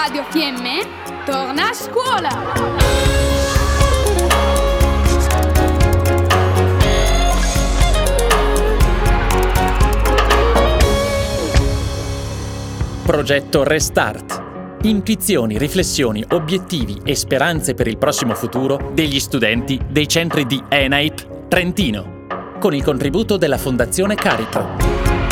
Radio Fiemme torna a scuola! Progetto Restart. Intuizioni, riflessioni, obiettivi e speranze per il prossimo futuro degli studenti dei centri di ENAIP Trentino, con il contributo della Fondazione Caripro.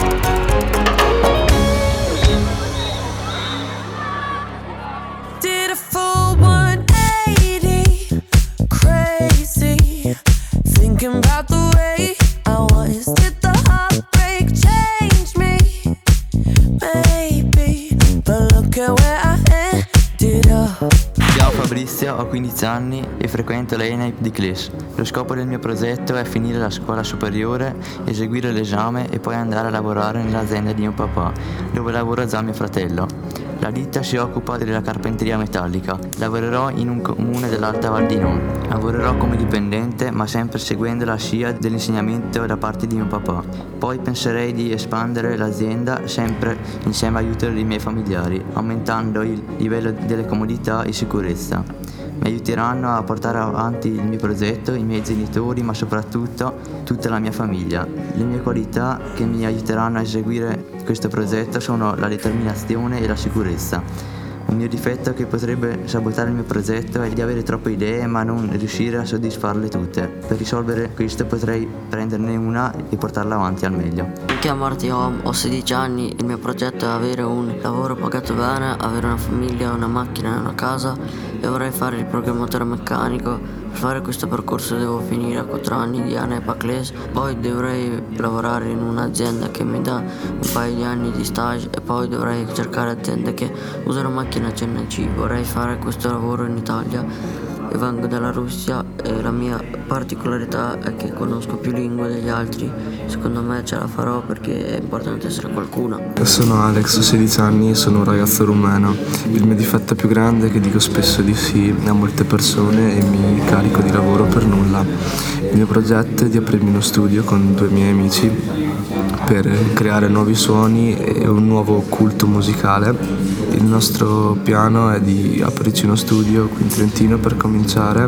Ciao Fabrizio, ho 15 anni e frequento l'ENAIP di Cles. Lo scopo del mio progetto è finire la scuola superiore, eseguire l'esame e poi andare a lavorare nell'azienda di mio papà, dove lavora già mio fratello. La ditta si occupa della carpenteria metallica. Lavorerò in un comune dell'Alta Val di Non. Lavorerò come dipendente, ma sempre seguendo la scia dell'insegnamento da parte di mio papà. Poi penserei di espandere l'azienda sempre insieme all'aiuto dei miei familiari, aumentando il livello delle comodità e sicurezza. Mi aiuteranno a portare avanti il mio progetto, i miei genitori, ma soprattutto tutta la mia famiglia. Le mie qualità che mi aiuteranno a eseguire questo progetto sono la determinazione e la sicurezza. Un mio difetto che potrebbe sabotare il mio progetto è di avere troppe idee ma non riuscire a soddisfarle tutte. Per risolvere questo potrei prenderne una e portarla avanti al meglio. Mi chiamo Artyom, ho 16 anni, il mio progetto è avere un lavoro pagato bene, avere una famiglia, una macchina e una casa e vorrei fare il programmatore meccanico. Per fare questo percorso devo finire a 4 anni di ENAIP a Cles, poi dovrei lavorare in un'azienda che mi dà un paio di anni di stage e poi dovrei cercare aziende che usano macchine CNC. Vorrei fare questo lavoro in Italia. Io vengo dalla Russia e la mia particolarità è che conosco più lingue degli altri. Secondo me ce la farò perché è importante essere qualcuno. Sono Alex, ho 16 anni e sono un ragazzo rumeno. Il mio difetto più grande è che dico spesso di sì a molte persone e mi carico di lavoro per nulla. Il mio progetto è di aprirmi uno studio con 2 miei amici per creare nuovi suoni e un nuovo culto musicale. Il nostro piano è di aprirci uno studio qui in Trentino per cominciare,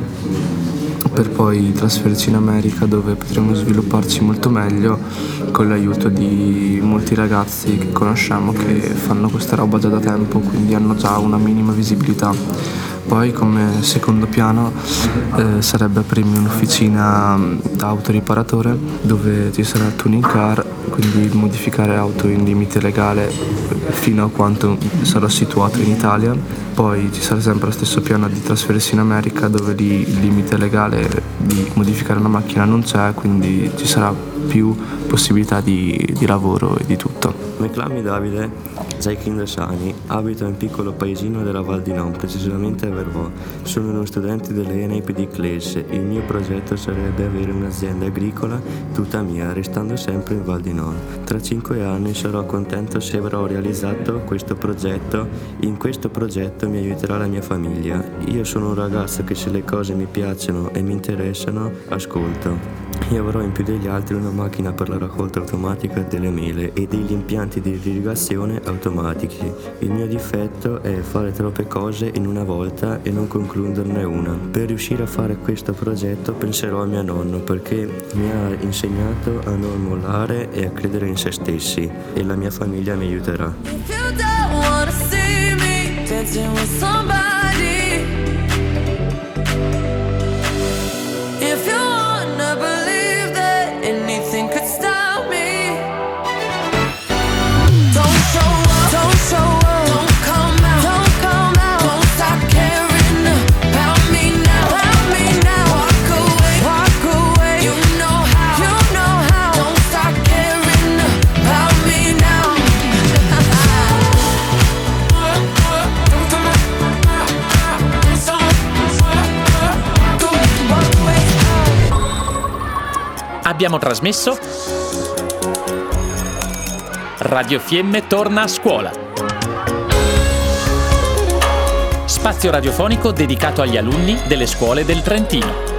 per poi trasferirci in America dove potremo svilupparci molto meglio con l'aiuto di molti ragazzi che conosciamo che fanno questa roba già da tempo, quindi hanno già una minima visibilità. Poi come secondo piano sarebbe aprirmi un'officina da autoriparatore dove ci sarà il tuning car, quindi modificare auto in limite legale fino a quanto sarò situato in Italia. Poi ci sarà sempre lo stesso piano di trasferirsi in America dove lì il limite legale di modificare una macchina non c'è, quindi ci sarà più possibilità di lavoro e di tutto. Mi chiamo Davide, c'hai 15 anni, abito in un piccolo paesino della Val di Non, precisamente a Vervò. Sono uno studente dell'ENAIP di Cles. Il mio progetto sarebbe avere un'azienda agricola tutta mia, restando sempre in Val di Non. Tra 5 anni sarò contento se avrò realizzato questo progetto. In questo progetto mi aiuterà la mia famiglia. Io sono un ragazzo che se le cose mi piacciono e mi interessano, ascolto. Io avrò in più degli altri una macchina per la raccolta automatica delle mele e degli impianti di irrigazione automatici. Il mio difetto è fare troppe cose in una volta e non concluderne una. Per riuscire a fare questo progetto penserò a mio nonno perché mi ha insegnato a non mollare e a credere in se stessi e la mia famiglia mi aiuterà. Abbiamo trasmesso Radio Fiemme torna a scuola. Spazio radiofonico dedicato agli alunni delle scuole del Trentino.